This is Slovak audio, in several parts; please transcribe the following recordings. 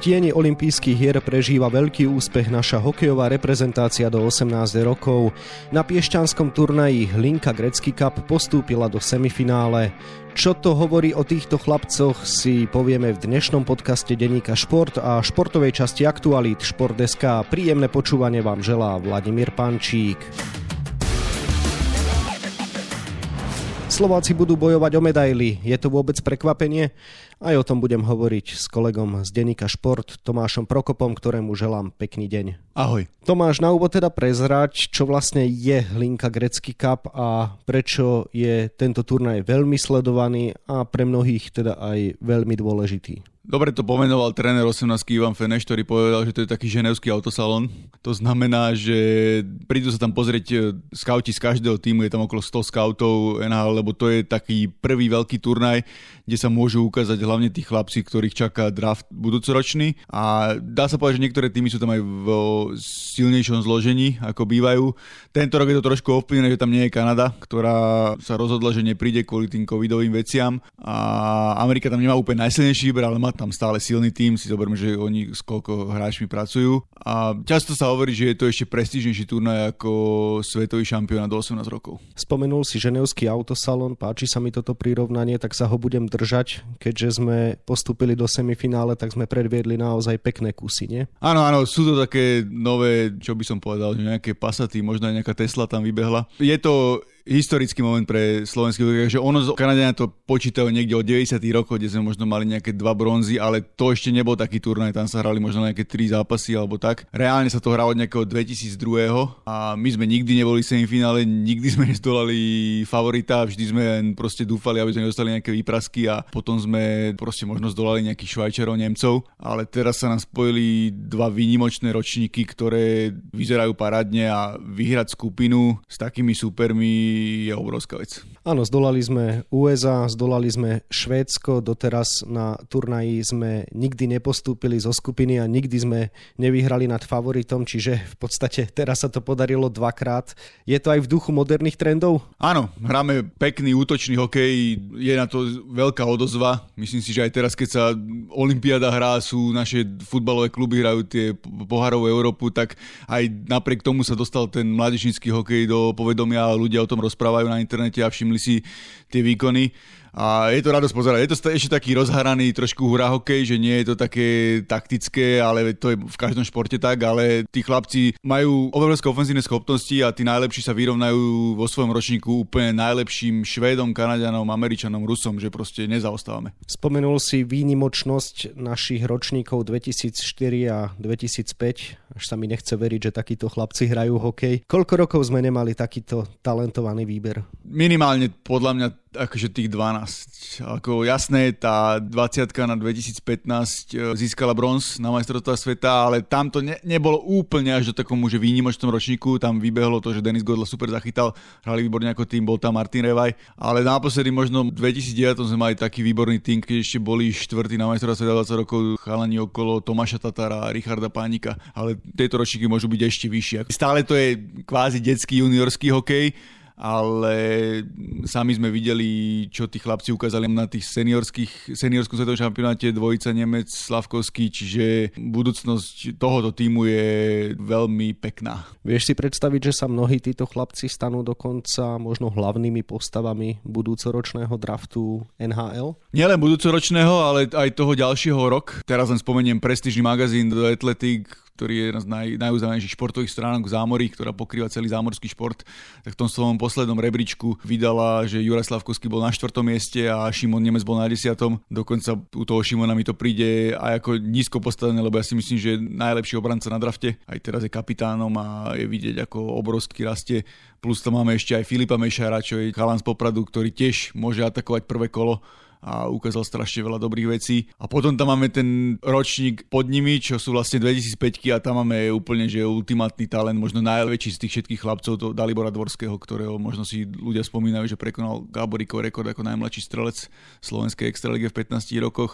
tieni olympijských hier prežíva veľký úspech naša hokejová reprezentácia do 18 rokov. Na piešťanskom turnaji Hlinka Gretzky Cup postúpila do semifinále. Čo to hovorí o týchto chlapcoch, si povieme v dnešnom podcaste denníka Šport a športovej časti aktualít Šport.sk. Príjemné počúvanie vám želá Vladimír Pančík. Slováci budú bojovať o medaily. Je to vôbec prekvapenie? Aj o tom budem hovoriť s kolegom z denníka Šport, Tomášom Prokopom, ktorému želám pekný deň. Ahoj. Tomáš, na úvod teda prezrať, čo vlastne je Hlinka Gretzky Cup a prečo je tento turnaj veľmi sledovaný a pre mnohých teda aj veľmi dôležitý. Dobre to pomenoval tréner 18 Ivan Feneš, ktorý povedal, že to je taký ženevský autosalón. To znamená, že prídu sa tam pozrieť skauti z každého týmu, je tam okolo 100 skautov NHL, lebo to je taký prvý veľký turnaj, kde sa môžu ukázať hlavne tí chlapci, ktorých čaká draft budúcoročný. A dá sa povedať, že niektoré týmy sú tam aj v silnejšom zložení, ako bývajú. Tento rok je to trošku ovplyvnené, že tam nie je Kanada, ktorá sa rozhodla, že nepríde kvôli tým covidovým veciam. A Amerika tam nemá úplne najsilnejší výber, ale má tam stále silný tím, si zoberme, že oni s koľko hráčmi pracujú. A často sa hovorí, že je to ešte prestížnejší turnaj ako svetový šampiónat do 18 rokov. Spomenul si ženevský autosalón, páči sa mi toto prirovnanie, tak sa ho budem držať. Keďže sme postúpili do semifinále, tak sme predviedli naozaj pekné kusy, nie? Áno, sú to také nové, čo by som povedal, že nejaké Passaty, možno aj nejaká Tesla tam vybehla. Je to historický moment pre slovenský hokej, že ono Kanadiania to počítajú niekde od 90. rokov, kde sme možno mali nejaké 2 bronzy, ale to ešte nebol taký turnaj, tam sa hrali možno nejaké 3 zápasy alebo tak. Reálne sa to hralo od nejakého 2002. A my sme nikdy neboli v semifinále, nikdy sme nezdolali favorita, vždy sme proste dúfali, aby sme dostali nejaké výprasky a potom sme proste možno zdolali nejakých Švajčarov, Nemcov, ale teraz sa nám spojili 2 výnimočné ročníky, ktoré vyzerajú parádne a vyhrať skupinu s takými supermi je obrovská vec. Áno, zdolali sme USA, zdolali sme Švédsko, doteraz na turnaji sme nikdy nepostúpili zo skupiny a nikdy sme nevyhrali nad favoritom, čiže v podstate teraz sa to podarilo 2-krát. Je to aj v duchu moderných trendov? Áno, hráme pekný útočný hokej, je na to veľká odozva. Myslím si, že aj teraz, keď sa olympiáda hrá, sú naše futbalové kluby hrajú tie pohárovú Európu, tak aj napriek tomu sa dostal ten mládežnícky hokej do povedomia a ľudia o tom rozprávajú na internete a všimli si tie výkony. A je to radosť pozerať. Je to ešte taký rozharaný trošku hurá hokej, že nie je to také taktické, ale to je v každom športe tak, ale tí chlapci majú obrovské ofenzívne schopnosti a tí najlepší sa vyrovnajú vo svojom ročníku úplne najlepším Švédom, Kanaďanom, Američanom, Rusom, že proste nezaostávame. Spomenul si výnimočnosť našich ročníkov 2004 a 2005. Až sa mi nechce veriť, že takíto chlapci hrajú hokej. Koľko rokov sme nemali takýto talentovaný výber? Minimálne podľa mňa akože tých 12. Ako jasné, tá 20 na 2015 získala bronz na majstrovstvách sveta, ale tam to nebolo úplne až do takomu, že výnimočnom ročníku. Tam vybehlo to, že Denis Godla super zachytal, hrali výborne ako tým, bol tam Martin Revaj, ale naposledy možno v 2009 sme mali taký výborný tým, keď ešte boli štvrtí na majstrovstvách sveta 20 rokov chalani okolo Tomáša Tatara a Richarda Pánika, ale tieto ročníky môžu byť ešte vyššie. Stále to je kvázi detský juniorský hokej, ale sami sme videli, čo tí chlapci ukázali na tých seniorskom svetovom šampionáte, dvojica Nemec, Slavkovský, čiže budúcnosť tohoto týmu je veľmi pekná. Vieš si predstaviť, že sa mnohí títo chlapci stanú dokonca možno hlavnými postavami budúcoročného draftu NHL? Nielen budúcoročného, ale aj toho ďalšieho rok. Teraz len spomeniem prestížny magazín The Athletic, ktorý je jedna z najúznanejších športových stránok v zámorí, ktorá pokrýva celý zámorský šport, tak v tom svojom poslednom rebríčku vydala, že Juraj Slavkovský bol na 4. mieste a Šimon Nemec bol na 10. Dokonca u toho Šimona mi to príde aj ako nízko postavené, lebo ja si myslím, že je najlepší obranca na drafte. Aj teraz je kapitánom a je vidieť, ako obrovský rastie. Plus tam máme ešte aj Filipa Mešara, čo je chalan z Popradu, ktorý tiež môže atakovať prvé kolo a ukázal strašne veľa dobrých vecí. A potom tam máme ten ročník pod nimi, čo sú vlastne 2005 a tam máme úplne, že ultimátny talent, možno najväčší z tých všetkých chlapcov, to Dalibora Dvorského, ktorého možno si ľudia spomínajú, že prekonal Gáborikov rekord ako najmladší strelec slovenskej extraligy v 15 rokoch.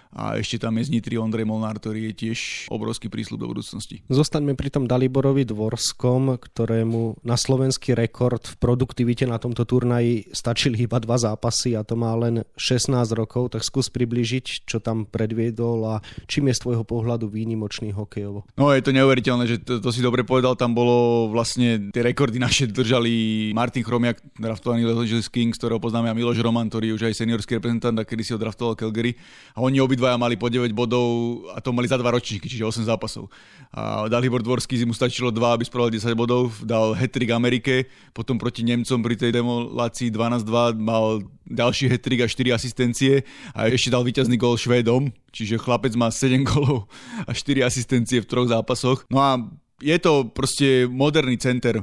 A ešte tam je z Nitry Ondrej Molnár, ktorý je tiež obrovský prísľub do budúcnosti. Zostaňme pri tom Daliborovi Dvorskom, ktorému na slovenský rekord v produktivite na tomto turnaji stačili iba 2 zápasy a to má len 16 rokov, tak skús približiť, čo tam predviedol a čím je z tvojho pohľadu výnimočný hokejovo. No je to neuveriteľné, že to si dobre povedal, tam bolo vlastne tie rekordy naše držali Martin Chromiak, draftovaný Los Angeles Kings, ktorého poznáme, a Miloš Roman, ktorý už aj seniorský reprezentant, a kedy si ho draftoval Calgary. A oni obidvaja mali po 9 bodov a to mali za 2 ročníky, čiže 8 zápasov. A Dalibor Dvorský mu stačilo 2, aby spravil 10 bodov, dal hat-trick Amerike, potom proti Nemcom pri tej demolácii 12-2 mal ďalší hat-trick a 4 asistencie a ešte dal víťazný gól Švédom, čiže chlapec má 7 gólov a 4 asistencie v 3 zápasoch. No a je to proste moderný center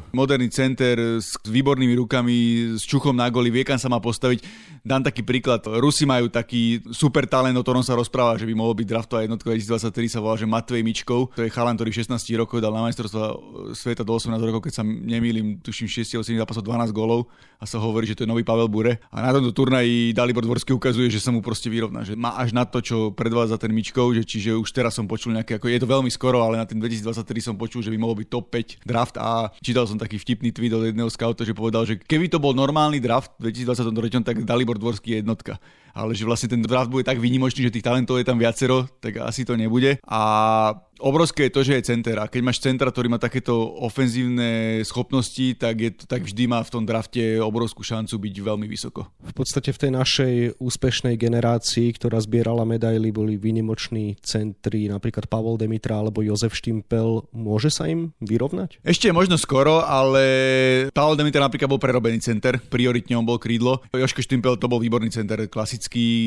s výbornými rukami, s čuchom na goli, vie, kam sa má postaviť. Dám taký príklad. Rusi majú taký super talent, o ktorom sa rozpráva, že by mohol byť draftová jednotka 2023, sa volá, že Matvej Mičkov. To je chalan, ktorý v 16 rokov dal na majstrovstvá sveta do 18 rokov, keď sa nemýlim, tuším 6-7 zápasov 12 gólov a sa hovorí, že to je nový Pavel Bure. A na tomto turnaji Dalibor Dvorský ukazuje, že sa mu proste vyrovná, že má až na to, čo predvádza ten Mičkov, že čiže už teraz som počul nejaké, ako je to veľmi skoro, ale na ten 2023 som počul, že by mohol byť top 5 draft a čítal som taký vtipný tweet od jedného scouta, že povedal, že keby to bol normálny draft v 2023, tak Dalibor Dvorský je jednotka. Ale že vlastne ten draft bude tak výnimočný, že tých talentov je tam viacero, tak asi to nebude. A obrovské je to, že je center. A keď máš centra, ktorý má takéto ofenzívne schopnosti, tak vždy má v tom drafte obrovskú šancu byť veľmi vysoko. V podstate v tej našej úspešnej generácii, ktorá zbierala medaily, boli výnimoční centri, napríklad Pavol Demitra alebo Jozef Štimpel. Môže sa im vyrovnať? Ešte je možno skoro, ale Pavol Demitra napríklad bol prerobený center, prioritne on bol krídlo. Jožko Štimpel to bol výborný center, klasický,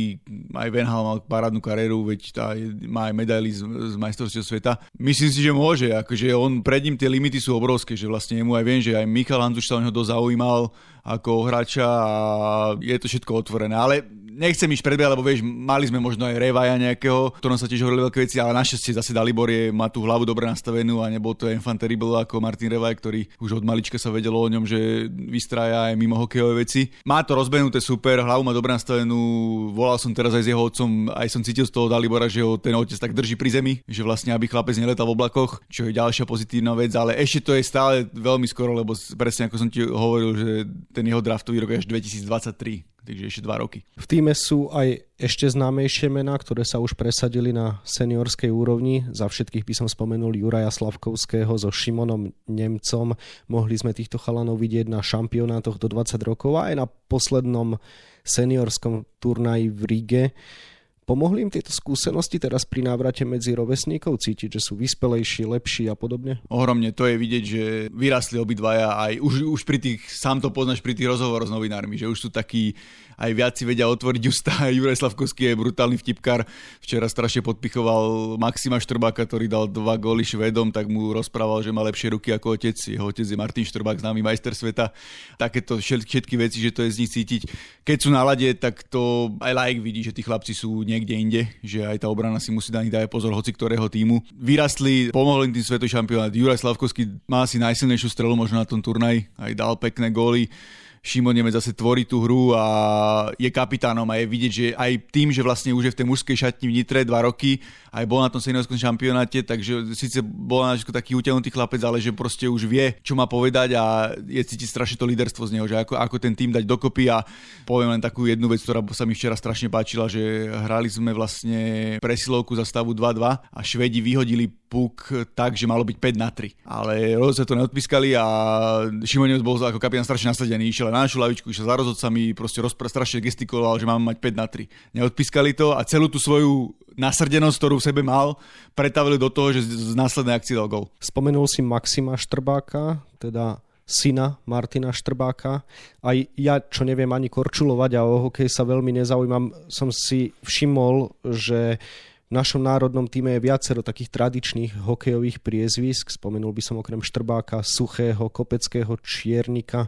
aj Van Hal mal parádnu kariéru, veď má aj medaily z majstrovstiev sveta. Myslím si, že môže, akože on pred ním tie limity sú obrovské, že vlastne jemu aj viem, že aj Michal Hanzuš sa o neho dosť zaujímal ako hráča a je to všetko otvorené, ale nechcem ísť predbiehať, lebo vieš, mali sme možno aj Revaja nejakého, ktorom sa tiež hovorili veľké veci, ale našťastie zase Dalibor má tú hlavu dobre nastavenú a nebol to enfant terrible ako Martin Revaj, ktorý už od malička sa vedelo o ňom, že vystrája aj mimo hokejové veci. Má to rozbenuté super, hlavu má dobre nastavenú, volal som teraz aj s jeho otcom, aj som cítil z toho Dalibora, že ho ten otec tak drží pri zemi, že vlastne aby chlapec neletal v oblakoch, čo je ďalšia pozitívna vec, ale ešte to je stále veľmi skoro, lebo presne ako som ti hovoril, že ten jeho draftový rok je až 2023. Takže ešte 2 roky. V tíme sú aj ešte známejšie mená, ktoré sa už presadili na seniorskej úrovni. Za všetkých by som spomenul Juraja Slavkovského so Šimonom Nemcom. Mohli sme týchto chalanov vidieť na šampionátoch do 20 rokov a aj na poslednom seniorskom turnaji v Rige. Pomohli im tieto skúsenosti teraz pri návrate medzi rovesníkov cítiť, že sú vyspelejší, lepší a podobne? Ohromne, to je vidieť, že vyrastli obidvaja aj už pri tých, sám to poznáš pri tých rozhovoroch s novinármi, že už sú takí, aj viac si vedia otvoriť ústa. Juraj Slavkovský je brutálny vtipkár. Včera strašne podpichoval Maxima Štrbáka, ktorý dal 2 góly Švédom, tak mu rozprával, že má lepšie ruky ako otec. Jeho otec je Martin Štrbák, známy majster sveta. Takéto všetky veci, že to je z nich cítiť. Keď sú na lade, tak to aj laik vidí, že tí chlapci sú niekde inde, že aj tá obrana si musí dať pozor hoci ktorého týmu. Vyrastli, pomohli tým svetový šampionát. Juraj Slavkovský má asi najsilnejšiu strelu možno na tom turnaji, aj dal pekné góly. Šimon Nemec zase tvorí tú hru a je kapitánom a je vidieť, že aj tým, že vlastne už je v tej mužskej šatni v Nitre 2 roky, aj bol na tom seniorskom šampionáte, takže síce bol na taký utiahnutý chlapec, ale že proste už vie, čo má povedať a je cítiť strašne to líderstvo z neho, že ako ten tým dať dokopy. A poviem len takú jednu vec, ktorá sa mi včera strašne páčila, že hrali sme vlastne presilovku za stavu 2-2 a Švédi vyhodili puk tak, že malo byť 5-3. Ale rozhodca to neodpískali a Šimon Nemec bol ako kapitán strašne nasadený, išiel na našu lavičku, išiel za rozhodcami, proste strašne gestikuloval, že máme mať 5-3. Neodpískali to a celú tú svoju nasrdenosť, ktorú v sebe mal, pretavili do toho, že z následnej akcie dal gól. Spomenul si Maxima Štrbáka, teda syna Martina Štrbáka. Aj ja, čo neviem ani korčulovať a o hokej sa veľmi nezaujímam, som si všimol, že v našom národnom týme je viacero takých tradičných hokejových priezvisk. Spomenul by som okrem Štrbáka Suchého, Kopeckého, Čiernika.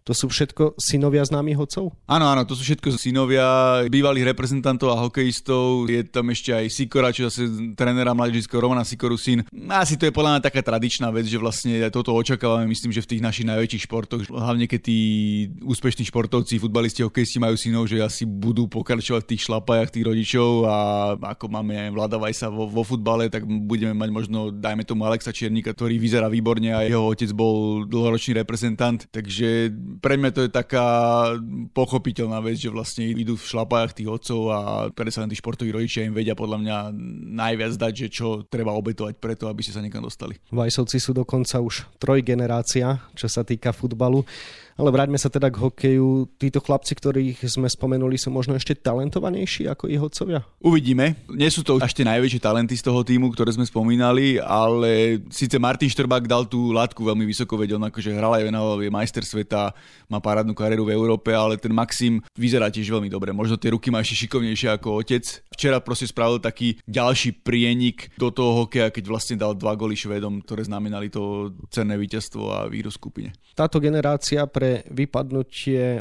To sú všetko synovia známych otcov? Áno, to sú všetko synovia bývalých reprezentantov a hokejistov. Je tam ešte aj Sikora, čo zase trénera mladíčského Romana Sikoru syn. Asi to je podľa mňa taká tradičná vec, že vlastne toto očakávame, myslím, že v tých našich najväčších športoch, hlavne keď tí úspešní športovci, futbalisti, hokejisti majú synov, že asi budú pokračovať v tých šlapajach tých rodičov a ako máme aj Vlada Vajsa vo futbale, tak budeme mať možno, dajme tomu Alexa Čiernika, ktorý vyzerá výborne a jeho otec bol dlhoročný reprezentant, takže pre mňa to je taká pochopiteľná vec, že vlastne idú v šlapajách tých otcov a predsa len tí športoví rodičia im vedia podľa mňa najviac dať, že čo treba obetovať preto, aby ste sa niekam dostali. Vajsovci sú dokonca už trojgenerácia, čo sa týka futbalu. Ale vráťme sa teda k hokeju. Títo chlapci, ktorých sme spomenuli, sú možno ešte talentovanejší ako ich otcovia? Uvidíme. Nie sú to až tie najväčšie talenty z toho týmu, ktoré sme spomínali, ale síce Martin Štrbák dal tú látku veľmi vysoko, veď on akože hral aj je majster sveta, má parádnu kariéru v Európe, ale ten Maxim vyzerá tiež veľmi dobre. Možno tie ruky má ešte šikovnejšie ako otec. Včera proste spravil taký ďalší prienik do toho hokeja, keď vlastne dal 2 góly Švédom, ktoré znamenali to cenné víťazstvo a výhru v skupine. Táto generácia pre vypadnutie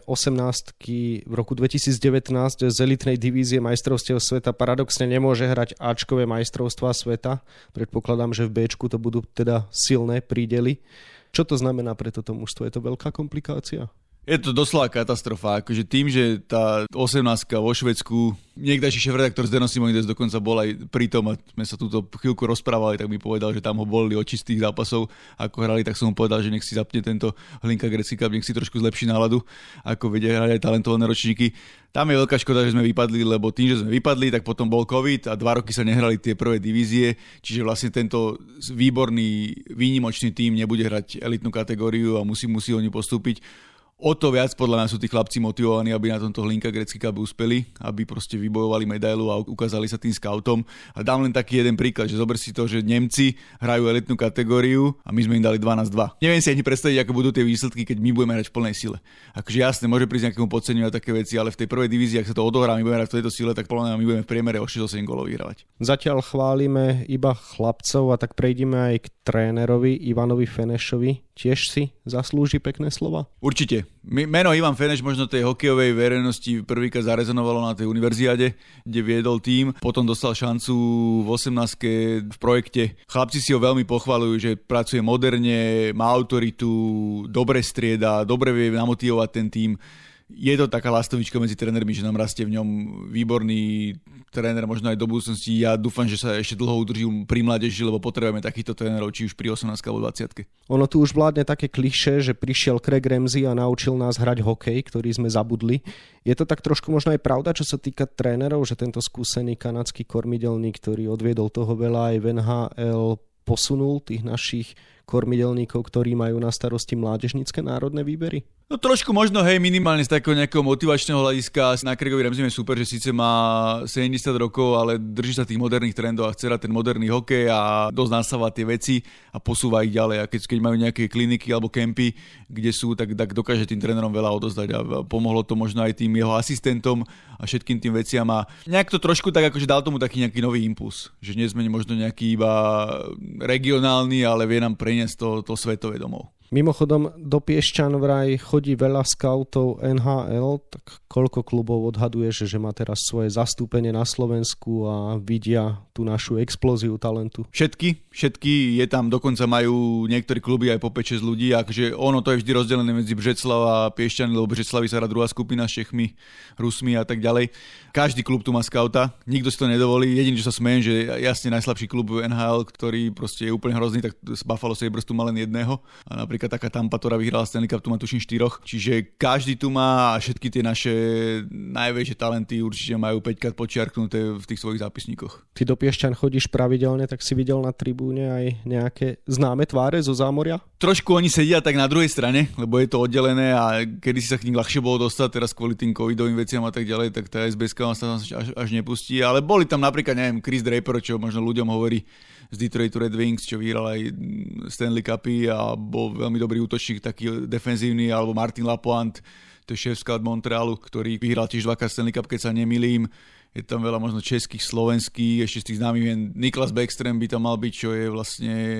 18-ky v roku 2019 z elitnej divízie majstrovstiev sveta paradoxne nemôže hrať áčkové majstrovstvá sveta. Predpokladám, že v Bčku to budú teda silné prídely. Čo to znamená pre toto mužstvo? Je to veľká komplikácia? Je to doslova katastrofa, akože tým, že tá 18-ka vo Švédsku, niekdajší šéfredaktor Zdeno Simonides dokonca bol aj pri tom a sme sa túto chvíľku rozprávali, tak mi povedal, že tam ho bolili oči z tých zápasov, ako hrali, tak som mu povedal, že nech si zapne tento Hlinka Gretzky Cup, nech si trošku zlepší náladu, ako vedia hrať aj talentované ročníky. Tam je veľká škoda, že sme vypadli, lebo tým, že sme vypadli, tak potom bol COVID a 2 roky sa nehrali tie prvé divízie, čiže vlastne tento výborný, výnimočný tím nebude hrať elitnú kategóriu a musí oni postúpiť. O to viac podľa mňa sú tí chlapci motivovaní, aby na tomto Hlinka Gretzky Cup uspeli, aby proste vybojovali medailu a ukázali sa tým scoutom. A dám len taký jeden príklad, že zober si to, že Nemci hrajú elitnú kategóriu a my sme im dali 12-2. Neviem si ani predstaviť, ako budú tie výsledky, keď my budeme hrať v plnej sile. Akože jasne, môže prísť nejakému podceňovaniu a také veci, ale v tej prvej divízii, ak sa to odohrá, my budeme hrať v tejto sile, tak podľa mňa my budeme v priemere o 6-7 gólov vyhrávať. Zatiaľ chválime iba chlapcov a tak prejdime aj k trénerovi Ivanovi Fenešovi. Tiež si zaslúži pekné slova? Určite. Meno Ivan Feneš možno tej hokejovej verejnosti prvýkrát zarezonovalo na tej univerziáde, kde viedol tím. Potom dostal šancu v 18-ke v projekte. Chlapci si ho veľmi pochvaľujú, že pracuje moderne, má autoritu, dobre strieda, dobre vie namotivovať ten tím. Je to taká lastovička medzi trénermi, že nám rastie v ňom výborný tréner, možno aj do budúcnosti. Ja dúfam, že sa ešte dlho udrží pri mládeži, lebo potrebujeme takýchto trénerov, či už pri 18 alebo 20. Ono tu už vládne také klišé, že prišiel Craig Ramsey a naučil nás hrať hokej, ktorý sme zabudli. Je to tak trošku možno aj pravda, čo sa týka trénerov, že tento skúsený kanadský kormidelník, ktorý odviedol toho veľa aj v NHL, posunul tých našich kormidelníkov, ktorí majú na starosti mládežnícke národné výbery? No trošku možno, hej, minimálne z takého nejakého motivačného hľadiska. Na Craigovi Ramsey je super, že síce má 70 rokov, ale drží sa tých moderných trendov a chce ten moderný hokej a dosť nasáva tie veci a posúva ich ďalej. A keď majú nejaké kliniky alebo kempy, kde sú, tak dokáže tým trénerom veľa odozdať a pomohlo to možno aj tým jeho asistentom a všetkým tým veciam a nejak to trošku tak akože dal tomu taký nejaký nový impuls, že nie sme možno nejaký iba regionálny, ale vie nám preniesť to svetové domov. Mimochodom, do Piešťan vraj chodí veľa skautov NHL, tak koľko klubov odhaduješ, že má teraz svoje zastúpenie na Slovensku a vidia tú našu explóziu talentu? Všetky, je tam, dokonca majú niektorí kluby aj po 5-6 ľudí, akože ono to je vždy rozdelené medzi Břeclav a Piešťany, lebo Břeclavi sa hrá druhá skupina s Čechmi, Rusmi a tak ďalej. Každý klub tu má skauta, nikto si to nedovolí, jediný, čo sa smejem, že jasne najslabší klub v NHL, ktorý proste je úplne hrozný, tak Buffalo Sabres tu má len jedného a napríklad taká Tampa, ktorá vyhrala Stanley Cup, tu má tuším 4. Čiže každý tu má a všetky tie naše najväčšie talenty určite majú 5-krát počiarknuté v tých svojich zápisníkoch. Ty do Piešťan chodíš pravidelne, tak si videl na tribúne aj nejaké známe tváre zo zámoria? Trošku oni sedia tak na druhej strane, lebo je to oddelené a kedy si sa k ním ľahšie bolo dostať, teraz kvôli tým covidovým veciam a tak ďalej, tak tá SBS sa až nepustí, ale boli tam napríklad, neviem, Chris Draper, čo možno ľuďom hovorí z Detroitu Red Wings, čo vyhral aj Stanley Cupy a bol veľmi dobrý útočník, taký defenzívny, alebo Martin Lapointe, to je šéf scout Montrealu, ktorý vyhral tiež 2-krát Stanley Cup, keď sa nemýlim. Je tam veľa možno českých, slovenských, ešte z tých známych, Niklas Bäckström by tam mal byť, čo je vlastne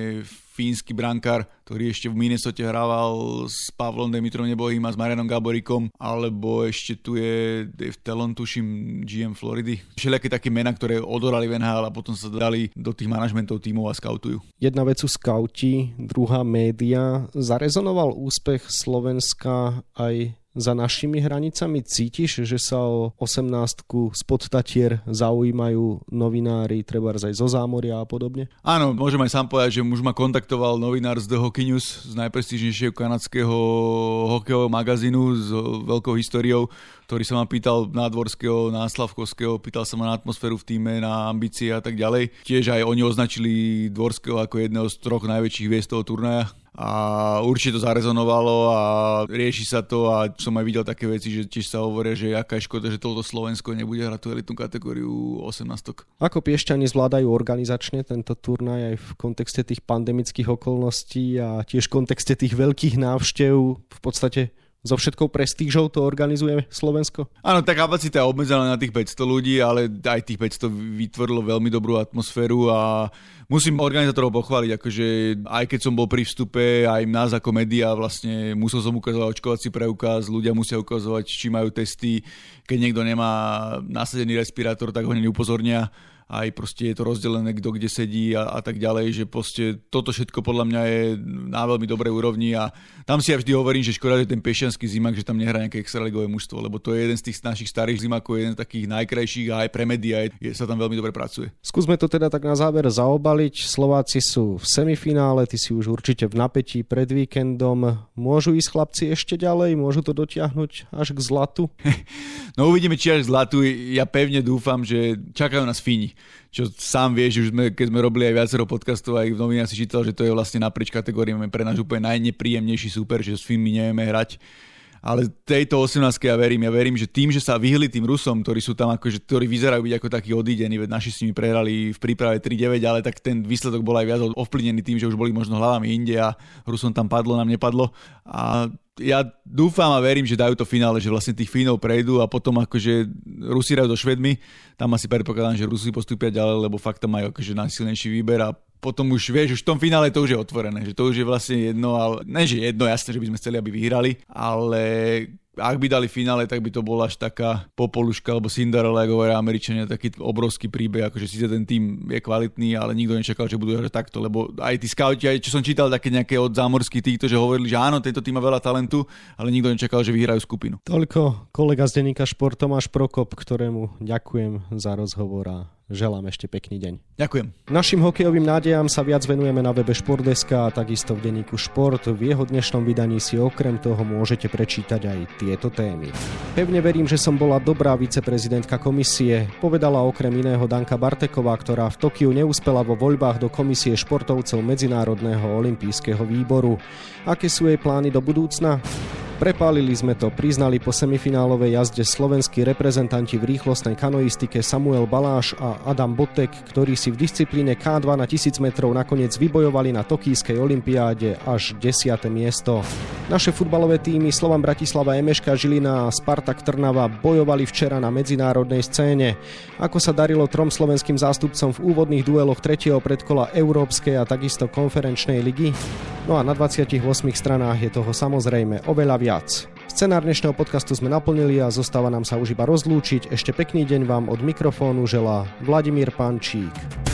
fínsky brankár, ktorý ešte v Minnesote hrával s Pavlom Demitrom Nebohým a s Marianom Gáborikom, alebo ešte tu je Dave Talon, tuším, GM Floridy. Všelijaké také mená, ktoré odorali v NHL a potom sa dali do tých manažmentov tímov a skautujú. Jedna vec sú skauti, druhá média. Zarezonoval úspech Slovenska aj za našimi hranicami? Cítiš, že sa o 18-ku spod Tatier zaujímajú novinári, trebárs aj zo Zámoria a podobne? Áno, môžem aj sám povedať, že už ma kontaktoval novinár z The Hockey News, z najprestížnejšieho kanadského hokejového magazínu s veľkou históriou, ktorý sa ma pýtal na Dvorského, na Slavkovského, pýtal sa ma na atmosféru v tíme, na ambície a tak ďalej. Tiež aj oni označili Dvorského ako jedného z 3 najväčších hviezd toho turnaja. A určite to zarezonovalo a rieši sa to a som aj videl také veci, že tiež sa hovoria, že aká je škoda, že toto Slovensko nebude hrať tú elitnú kategóriu 18-tok. Ako Piešťani zvládajú organizačne tento turnaj aj v kontexte tých pandemických okolností a tiež v kontexte tých veľkých návštev, v podstate so všetkou prestížou to organizuje Slovensko? Áno, tá kapacita je obmedzená na tých 500 ľudí, ale aj tých 500 vytvorilo veľmi dobrú atmosféru a musím organizátorov pochváliť, akože aj keď som bol pri vstupe, aj nás ako média vlastne musel som ukazovať očkovací preukaz, ľudia musia ukazovať, či majú testy, keď niekto nemá nasadený respirátor, tak ho neupozornia. Aj proste je to rozdelené, kto kde sedí a tak ďalej, že proste toto všetko podľa mňa je na veľmi dobrej úrovni a tam si ja vždy hovorím, že škoda, že ten Piešťanský Zimak, že tam nehrá nejaké extraligové mužstvo, lebo to je jeden z tých našich starých Zimakov, jeden z takých najkrajších a aj pre médiá sa tam veľmi dobre pracuje. Skúsme to teda tak na záver zaobaliť. Slováci sú v semifinále, ty si už určite v napätí pred víkendom. Môžu ísť chlapci ešte ďalej? Môžu to dotiahnuť až k zlatu? No uvidíme, či až zlatu. Ja pevne dúfam, že čakajú nás Fíni. Čo sám vieš, že keď sme robili aj viacero podcastov, aj v novinách si čítal, že to je vlastne naprieč kategóriami pre nás úplne najnepríjemnejší súper, že s Fínmi nevieme hrať. Ale tejto 18-ke ja verím, že tým, že sa vyhli tým Rusom, ktorí sú tam akože, ktorí vyzerajú byť ako takí odídení, veď naši s nimi prehrali v príprave 3-9, ale tak ten výsledok bol aj viac ovplyvnený tým, že už boli možno hlavami inde a Rusom tam padlo, nám nepadlo. A ja dúfam a verím, že dajú to finále, že vlastne tých Fínov prejdú a potom akože Rusi hrajú so Švédmi, tam asi predpokladám, že Rusi postúpia ďalej, lebo fakt tam majú akože najsilnejší výber a potom už vieš, už v tom finále to už je otvorené, že to už je vlastne jedno, ale ne, že jedno, jasné, že by sme chceli, aby vyhrali, ale ak by dali finále, tak by to bola až taká popoluška, alebo Cinderella, ako hovoria Američania, taký obrovský príbeh, akože síce ten tým je kvalitný, ale nikto nečakal, že budú hrať takto, lebo aj tí skauti, aj čo som čítal také nejaké od zámorských týchto, že hovorili, že áno, tento tým má veľa talentu, ale nikto nečakal, že vyhrajú skupinu. Toľko kolega z denníka Šport Tomáš Prokop, ktorému ďakujem za rozhovor a želám ešte pekný deň. Ďakujem. Našim hokejovým nádejam sa viac venujeme na webe Šport.sk a takisto v denníku Šport. V jeho dnešnom vydaní si okrem toho môžete prečítať aj tieto témy. Pevne verím, že som bola dobrá viceprezidentka komisie, povedala okrem iného Danka Barteková, ktorá v Tokiu neúspela vo voľbách do komisie športovcov Medzinárodného olympijského výboru. Aké sú jej plány do budúcna? Prepálili sme to, priznali po semifinálovej jazde slovenskí reprezentanti v rýchlostnej kanoistike Samuel Baláš a Adam Botek, ktorí si v disciplíne K2 na 1000 metrov nakoniec vybojovali na tokijskej olympiáde až 10. miesto. Naše futbalové týmy Slovan Bratislava, Emeška Žilina a Spartak Trnava bojovali včera na medzinárodnej scéne. Ako sa darilo 3 slovenským zástupcom v úvodných dueloch 3. predkola Európskej a takisto konferenčnej ligy? No a na 28 stranách je toho samozrejme oveľa viac. Scenár dnešného podcastu sme naplnili a zostáva nám sa už iba rozlúčiť. Ešte pekný deň vám od mikrofónu želá Vladimír Pančík.